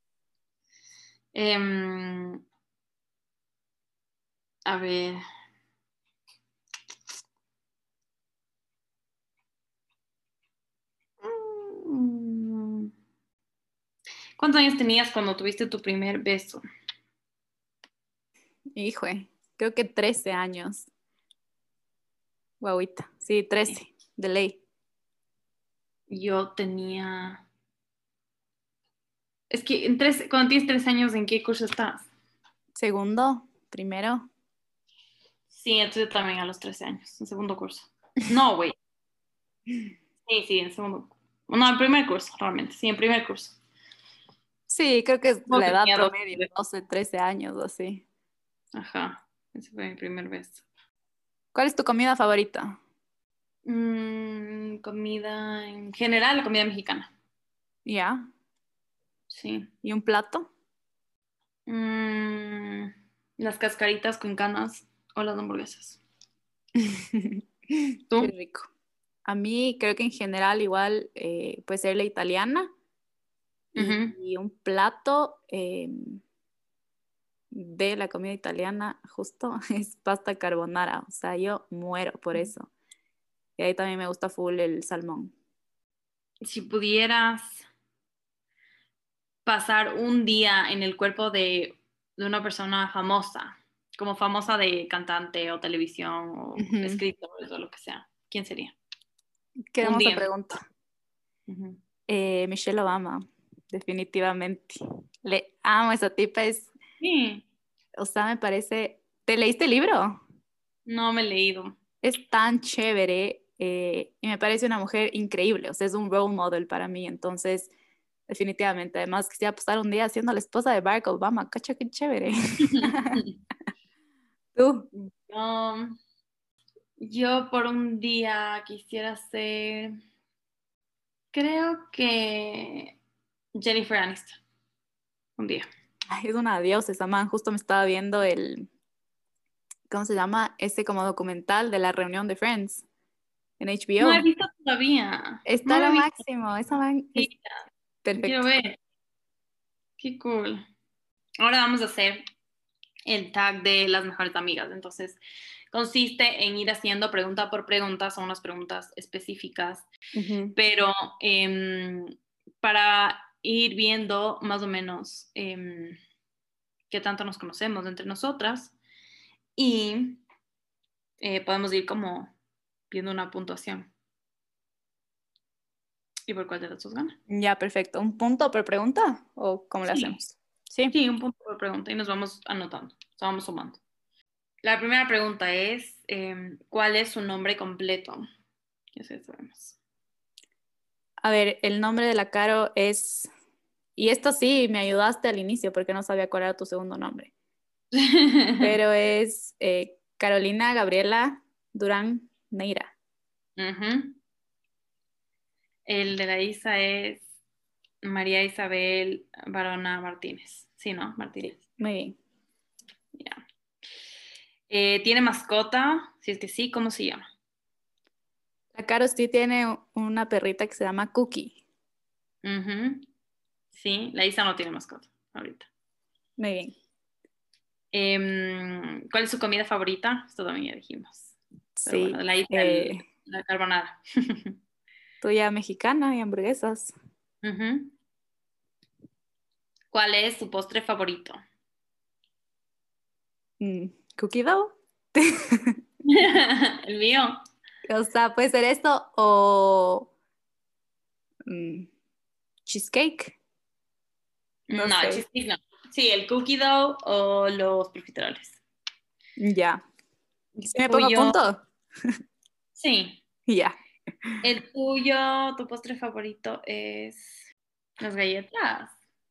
B: Em, a ver. Mm, ¿Cuántos años tenías cuando tuviste tu primer beso?
A: Hijo, creo que trece años. Guauita. Sí, trece, de ley.
B: Yo tenía... Es que en tres, cuando tienes tres años, ¿en qué curso estás?
A: Segundo, primero.
B: Sí, entonces yo también a los trece años, en segundo curso. No, güey. Sí, sí, en segundo. No, en primer curso, realmente. Sí, en primer curso.
A: Sí, creo que es
B: Como
A: la
B: que
A: edad
B: tenía dos.
A: promedio, doce, trece años o así.
B: Ajá, ese fue mi primer beso.
A: ¿Cuál es tu comida favorita?
B: Mm, comida en general, la comida mexicana.
A: ¿Ya?
B: Sí.
A: ¿Y un plato?
B: Mm, las cascaritas con canas o las hamburguesas.
A: Qué
B: ¿Tú?
A: rico. A mí creo que en general igual eh, puede ser la italiana y,
B: Ujú.
A: y un plato eh, de la comida italiana justo es pasta carbonara. O sea, yo muero por eso. Y ahí también me gusta full el salmón.
B: Si pudieras pasar un día en el cuerpo de, de una persona famosa, como famosa de cantante o televisión o
A: Ujú.
B: escritor o lo que sea, ¿quién sería?
A: Qué
B: Un
A: hermosa
B: día.
A: pregunta.
B: Ujú.
A: Eh, Michelle Obama, definitivamente. Le amo esa tipa, es,
B: Sí,
A: o sea, me parece. ¿Te leíste el libro?
B: no me he leído.
A: Es tan chévere eh, y me parece una mujer increíble, o sea, es un role model para mí, entonces, definitivamente. Además, quisiera pasar un día siendo la esposa de Barack Obama, cacha, qué chévere. ¿Tú?
B: Um, yo por un día quisiera ser, creo que Jennifer Aniston, un día.
A: Ay, es una diosa esa man, justo me estaba viendo el, ¿cómo se llama? Ese como documental de la reunión de Friends en
B: No he
A: H B O.
B: visto todavía,
A: Está
B: no lo he
A: lo
B: visto.
A: máximo, esa man es
B: Sí, quiero
A: perfecta.
B: ver, qué cool. Ahora vamos a hacer el tag de las mejores amigas. Entonces, consiste en ir haciendo pregunta por pregunta, son unas preguntas específicas,
A: Ujú.
B: pero eh, para ir viendo más o menos eh, qué tanto nos conocemos entre nosotras y eh, podemos ir como viendo una puntuación y por cuál de las dos gana.
A: Ya, perfecto. ¿Un punto por pregunta o cómo le
B: Sí,
A: hacemos? Sí.
B: sí, un punto por pregunta y nos vamos anotando, o sea, vamos sumando. La primera pregunta es, eh, ¿cuál es su nombre completo? Ya sé, sabemos.
A: A ver, el nombre de la Caro es, y esto sí, me ayudaste al inicio porque no sabía cuál era tu segundo nombre, pero es eh, Carolina Gabriela Durán Neira.
B: Ujú. El de la Isa es María Isabel Barona Martínez. Sí, ¿no?
A: Sí,
B: Martínez.
A: muy bien.
B: Ya. Eh, ¿tiene mascota? Si es que sí, ¿cómo se llama?
A: La Caro sí tiene una perrita que se llama Cookie.
B: Ujú. Sí, la Isa no tiene mascota ahorita.
A: Muy bien.
B: Em, ¿cuál es su comida favorita? Esto también ya dijimos. Pero bueno,
A: Sí.
B: de la Isa, el-
A: Eh,
B: la carbonara.
A: tuya mexicana y hamburguesas.
B: Ujú. ¿Cuál es su postre favorito?
A: Mm, Cookie dough.
B: El mío.
A: O sea, puede ser esto o mm, cheesecake. No
B: No,
A: sé.
B: cheesecake no. Sí, el cookie dough o los profiteroles.
A: Ya.
B: El
A: ¿Sí me pongo a
B: tuyo,
A: punto?
B: sí.
A: Ya.
B: El tuyo, tu postre favorito es las galletas.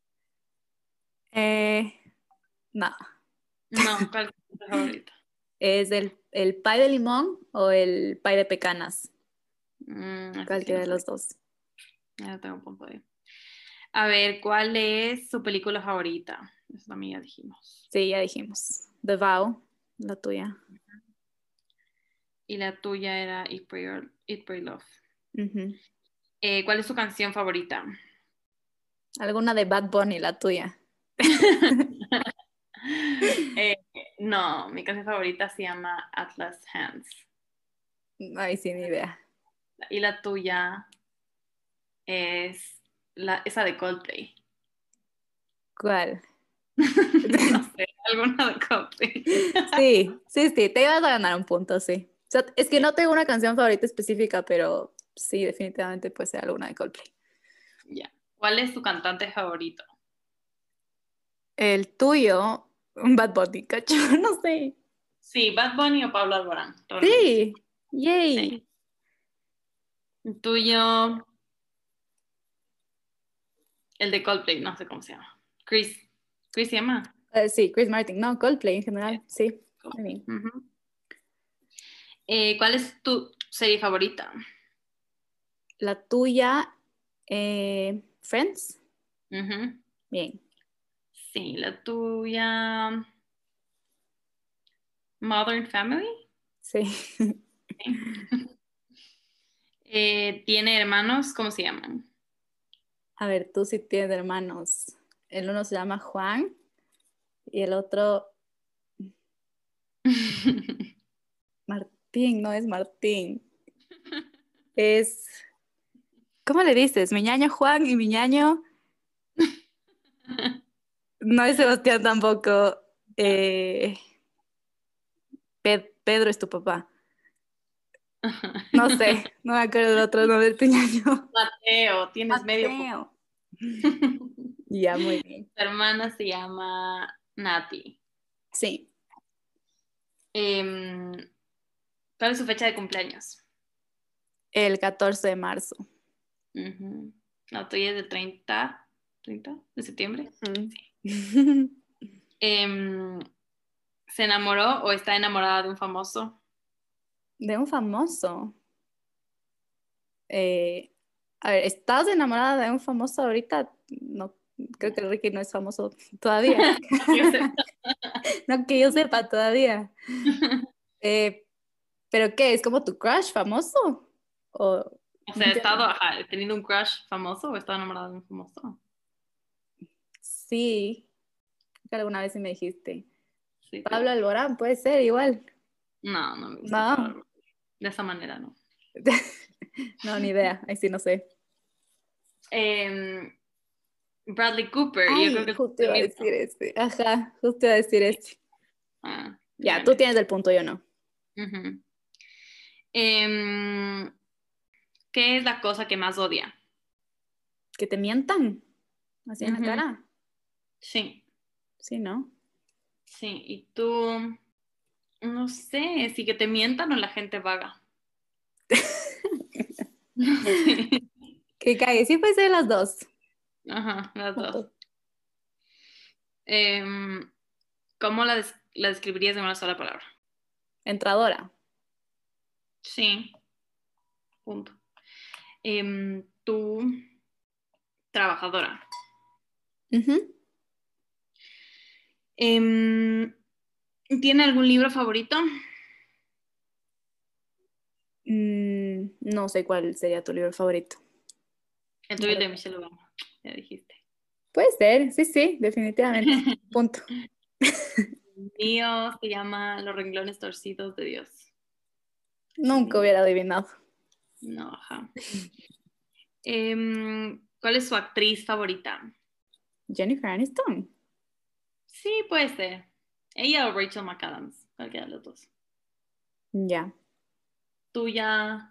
A: Eh, no.
B: No, ¿cuál es tu postre favorito?
A: ¿Es el, el pie de limón o el pie de pecanas?
B: Mm, ese sí
A: Cualquiera
B: no
A: de
B: sé.
A: los dos.
B: Ya tengo un punto ahí. A ver, ¿cuál es su película favorita? Eso también ya dijimos.
A: Sí, ya dijimos. The Vow, la tuya.
B: Y la tuya era Eat, Pray, or- Eat, Pray, Love.
A: Uh-huh.
B: Eh, ¿cuál es tu canción favorita?
A: Alguna de Bad Bunny, la tuya.
B: eh, no, mi canción favorita se llama Atlas Hands.
A: Ay, sí, ni idea.
B: Y la tuya es la, esa de Coldplay.
A: ¿Cuál?
B: No sé, alguna de Coldplay.
A: Sí, sí, sí, te ibas a ganar un punto, sí. O sea, es que no tengo una canción favorita específica, pero sí, definitivamente puede ser alguna de Coldplay.
B: Ya. ¿Cuál es tu cantante favorito?
A: El tuyo, un Bad Bunny, cacho, no sé.
B: Sí, Bad Bunny o Pablo Alborán, realmente.
A: Sí, yay.
B: Sí. El tuyo, el de Coldplay, no sé cómo se llama. Chris. ¿Chris se llama?
A: Eh, sí, Chris Martin, no, Coldplay en general, sí. Muy bien.
B: Uh-huh. Eh, ¿cuál es tu serie favorita?
A: La tuya, eh, Friends,
B: Uh-huh.
A: bien.
B: Sí, la tuya, Modern Family.
A: Sí.
B: Sí. Eh, ¿tiene hermanos? ¿Cómo se llaman?
A: A ver, tú sí tienes hermanos. El uno se llama Juan y el otro Martín, no es Martín. Es, ¿cómo le dices? Mi ñaño Juan y mi ñaño, no es Sebastián tampoco. Eh, Pe- Pedro es tu papá. No sé, no me acuerdo el otro nombre de tu ñaño.
B: Mateo, tienes medio punto.
A: Mateo. Ya, muy bien.
B: Tu hermana se llama Nati.
A: Sí,
B: Em, ¿cuál es su fecha de cumpleaños?
A: el catorce de marzo.
B: Ujú. La tuya es del treinta, treinta de septiembre.
A: Mm.
B: Em, ¿se enamoró o está enamorada de un famoso?
A: De un famoso. Eh, a ver, ¿estás enamorada de un famoso ahorita? No, creo que Ricky no es famoso todavía.
B: Yo sé.
A: No que yo sepa todavía. Eh, ¿pero qué? ¿Es como tu crush famoso? O,
B: O
A: no
B: sea, ¿ha estado
A: entiendo.
B: ajá, teniendo un crush famoso o está enamorada de un famoso?
A: Sí, creo que alguna vez sí me dijiste.
B: Sí, te
A: Pablo
B: dije.
A: Alborán, puede ser igual.
B: No, no me gusta
A: No,
B: Pablo. De esa manera, no.
A: no, ni idea. Ahí sí no sé.
B: Em, Bradley Cooper, yo creo
A: Ay,
B: que es
A: justo
B: el
A: iba a
B: mismo.
A: decir este. Ajá, justo iba a decir este.
B: Ah,
A: Ya,
B: ya,
A: tú
B: ya.
A: tienes el punto, yo no.
B: Ujú. Em, ¿qué es la cosa que más odia?
A: Que te mientan, así en la
B: Ujú.
A: cara.
B: Sí,
A: Sí, ¿no?
B: sí. ¿Y tú? No sé, si que te mientan o la gente vaga. No sé.
A: Que cae, sí puede ser las dos.
B: Ajá, las dos.
A: Punto.
B: Em, ¿cómo la, des- la describirías en una sola palabra?
A: Entradora.
B: Sí, punto. Em, tú, trabajadora.
A: Ujú.
B: Em, ¿tiene algún libro favorito?
A: Mm, no sé cuál sería tu libro favorito.
B: El
A: La
B: tuyo es de
A: verdad.
B: Michelle Obama, ya dijiste.
A: Puede ser, sí, sí, definitivamente. Punto.
B: El mío se llama Los renglones torcidos de Dios. Es un
A: Nunca
B: libro.
A: hubiera adivinado.
B: No, ajá. Em, ¿cuál es su actriz favorita?
A: Jennifer Aniston.
B: Sí, puede ser. Ella o Rachel McAdams, cualquiera de los dos.
A: Ya.
B: Tuya,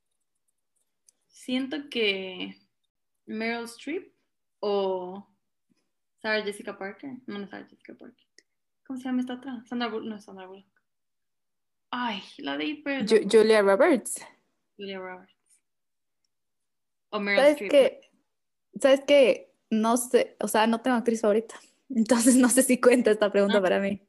B: siento que Meryl Streep o Sarah Jessica Parker. No, no es Sarah Jessica Parker. ¿Cómo se llama esta otra? Sandra Bullock. No es Sandra Bullock. Ay, la de Hyper
A: Ju-
B: Love.
A: Julia Roberts.
B: Julia Roberts. O Meryl
A: ¿Sabes
B: Streep.
A: qué? ¿Sabes qué? No sé, o sea, no tengo actriz favorita. Entonces no sé si cuenta esta pregunta
B: Ah,
A: para mí.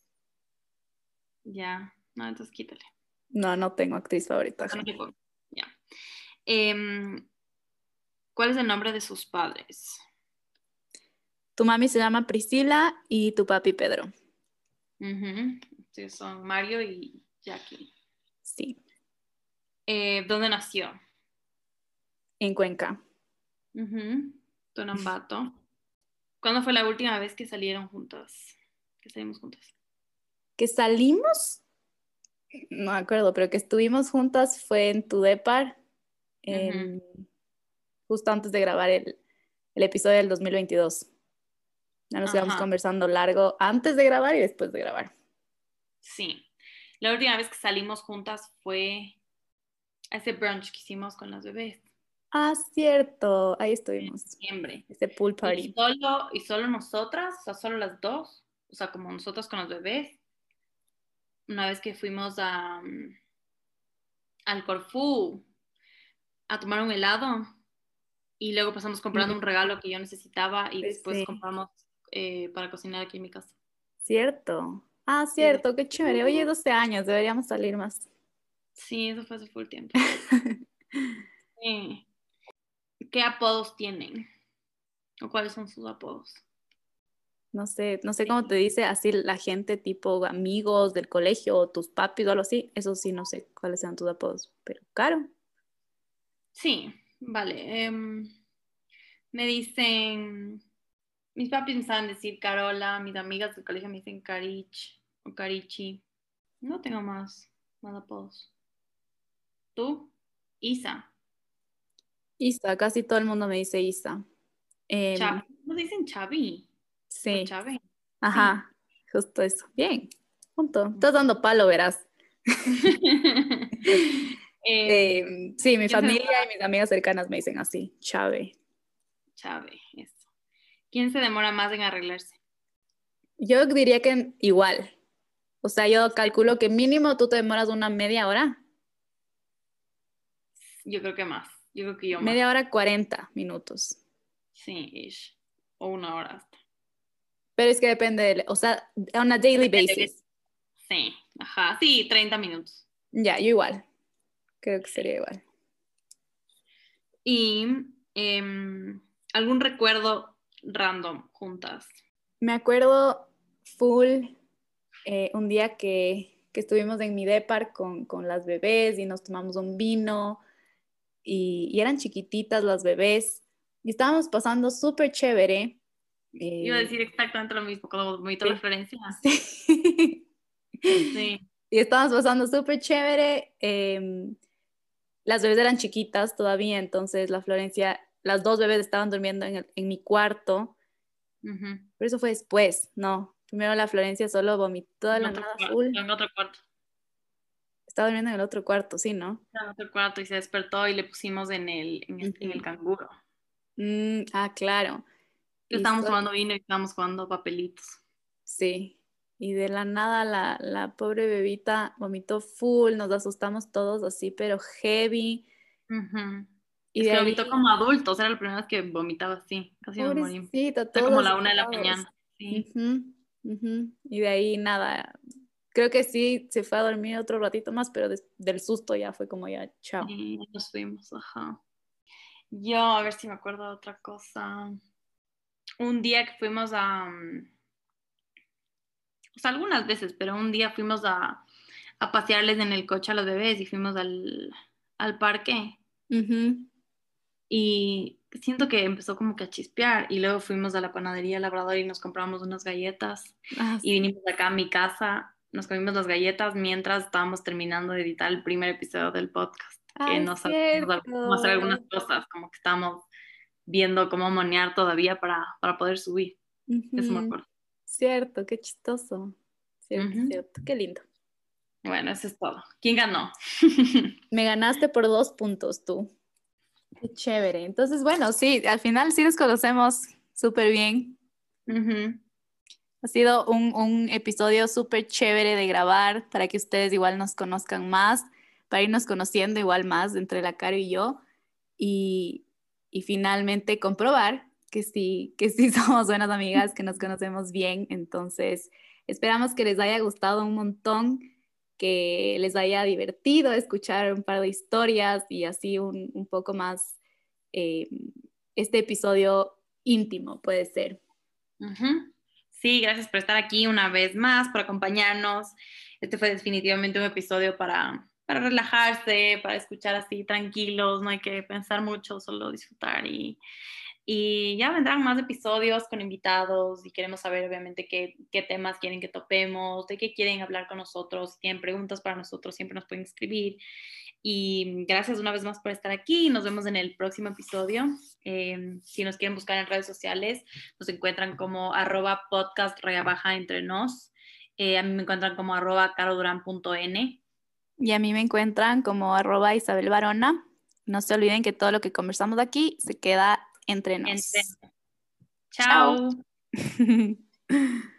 B: ya. No, entonces quítale.
A: No, no tengo actriz favorita.
B: Ah, no
A: Ajá.
B: te puedo. Ya. Em, ¿cuál es el nombre de sus padres?
A: Tu mami se llama Priscila y tu papi Pedro.
B: Ujú. Sí, son Mario y Jackie.
A: Sí,
B: Eh, ¿dónde nació?
A: en Cuenca.
B: Ujú. Tonambato. ¿Cuándo fue la última vez que salieron juntas? Que salimos juntas.
A: Que salimos, no me acuerdo, pero que estuvimos juntas fue en tu depar,
B: Ujú.
A: en- justo antes de grabar el, el episodio del dos mil veintidós. Ya nos quedamos
B: Ajá,
A: conversando largo antes de grabar y después de grabar.
B: sí. La última vez que salimos juntas fue a ese brunch que hicimos con las bebés
A: Ah, cierto, ahí
B: en
A: estuvimos.
B: diciembre.
A: Ese pool
B: Y
A: party.
B: solo, y solo nosotras, o sea, solo las dos, o sea, como nosotras con los bebés, una vez que fuimos a, mm, al Corfú a tomar un helado y luego pasamos comprando
A: Sí,
B: un regalo que yo necesitaba y
A: sí,
B: después
A: sí.
B: compramos eh, para cocinar aquí en mi casa.
A: Cierto. Ah,
B: Y eso
A: cierto, qué chévere. Oye, doce años, deberíamos salir más.
B: sí, eso fue hace full tiempo. Sí. ¿Qué apodos tienen? ¿O cuáles son sus apodos?
A: No sé, no sé cómo te dice así la gente tipo amigos del colegio o tus papis o algo así. Eso sí, no sé cuáles sean tus apodos. Pero Caro.
B: Sí, vale. em, me dicen, mis papis me saben decir Carola, mis amigas del colegio me dicen Carich o Carichi. No tengo más, más apodos. ¿Tú? Isa.
A: Isa, casi todo el mundo me dice Isa. Em,
B: Chavi. ¿No dicen Chavi? ¿O
A: sí,
B: Chave? Sí.
A: ajá, justo eso. Bien, punto. Estás dando palo, verás.
B: Em,
A: Em, sí, mi
B: ¿quién se
A: familia
B: demora?
A: y mis amigas cercanas me dicen así, Chave.
B: Chave, eso. ¿Quién se demora más en arreglarse?
A: Yo diría que igual. O sea, yo calculo que mínimo tú te demoras una media hora.
B: Yo creo que más. Yo creo que yo más.
A: Media hora, cuarenta minutos.
B: Sí, ish. O una hora hasta.
A: Pero es que depende, de, o sea, on a daily
B: Depende de-
A: basis.
B: Sí, ajá. Sí, treinta minutos.
A: Ya, yo igual. Creo que sería igual.
B: Y em, algún recuerdo random juntas.
A: Me acuerdo full eh, un día que, que estuvimos en mi depar con, con las bebés y nos tomamos un vino y, y eran chiquititas las bebés y estábamos pasando súper chévere.
B: Iba a
A: eh,
B: decir exactamente lo mismo cuando vomitó la
A: sí,
B: Florencia.
A: sí.
B: Sí.
A: Y estábamos pasando súper chévere. em, las bebés eran chiquitas todavía, entonces la Florencia, las dos bebés estaban durmiendo en, el- en mi cuarto,
B: Ujú.
A: pero eso fue después, no. Primero la Florencia solo vomitó de
B: En
A: la
B: otro
A: nada
B: cuarto,
A: full.
B: en otro cuarto.
A: Estaba durmiendo en el otro cuarto, sí, ¿no?
B: En otro cuarto y se despertó y le pusimos en el, en el, en el
A: Ujú.
B: canguro.
A: Mm, ah, claro. Y
B: Estábamos
A: sol-
B: jugando vino y estábamos jugando papelitos.
A: sí. Y de la nada la, la pobre bebita vomitó full, nos asustamos todos así, pero heavy.
B: Ujú.
A: Y
B: Es
A: de
B: que vomitó
A: ahí,
B: como adultos, era la primera vez que vomitaba así. Casi me morí.
A: pobrecita,
B: Era
A: todos
B: como la una de la
A: asustados.
B: mañana. Sí.
A: Ujú, ujú. Y de ahí nada. Creo que sí, se fue a dormir otro ratito más, pero des- del susto ya fue como ya, chao.
B: Y nos fuimos, ajá. Yo, a ver si me acuerdo de otra cosa. Un día que fuimos a, mm, o sea, algunas veces, pero un día fuimos a, a pasearles en el coche a los bebés y fuimos al, al parque
A: Ujú.
B: y siento que empezó como que a chispear y luego fuimos a la panadería Labrador y nos compramos unas galletas
A: Ah,
B: y
A: sí.
B: vinimos acá a mi casa, nos comimos las galletas mientras estábamos terminando de editar el primer episodio del podcast, que
A: Ay,
B: no sabíamos cómo hacer algunas
A: cierto.
B: cosas, como que estamos viendo cómo monear todavía para, para poder subir. Eso me
A: Ujú.
B: acuerdo.
A: Cierto, qué chistoso. Cierto,
B: Ujú.
A: cierto, qué lindo.
B: Bueno, eso es todo. ¿Quién ganó?
A: Me ganaste por dos puntos tú. Qué chévere. Entonces, bueno, sí, al final sí nos conocemos súper bien.
B: Ujú.
A: Ha sido un, un episodio súper chévere de grabar para que ustedes igual nos conozcan más, para irnos conociendo igual más entre la Caro y yo y, y finalmente comprobar que sí, que sí somos buenas amigas, que nos conocemos bien. Entonces, esperamos que les haya gustado un montón, que les haya divertido escuchar un par de historias y así un, un poco más eh, este episodio íntimo puede ser.
B: Ujú. Sí, gracias por estar aquí una vez más, por acompañarnos. Este fue definitivamente un episodio para, para relajarse, para escuchar así tranquilos, no hay que pensar mucho, solo disfrutar y, y ya vendrán más episodios con invitados y queremos saber obviamente qué, qué temas quieren que topemos, de qué quieren hablar con nosotros, si tienen preguntas para nosotros, siempre nos pueden escribir. Y gracias una vez más por estar aquí. Nos vemos en el próximo episodio. Eh, si nos quieren buscar en redes sociales, nos encuentran como arroba podcast raya baja entre nos. Eh, a mí me encuentran como arroba caroduran.n.
A: Y a mí me encuentran como arroba Isabel Barona. No se olviden que todo lo que conversamos aquí se queda entre nos.
B: Entre.
A: Chao.
B: Chao.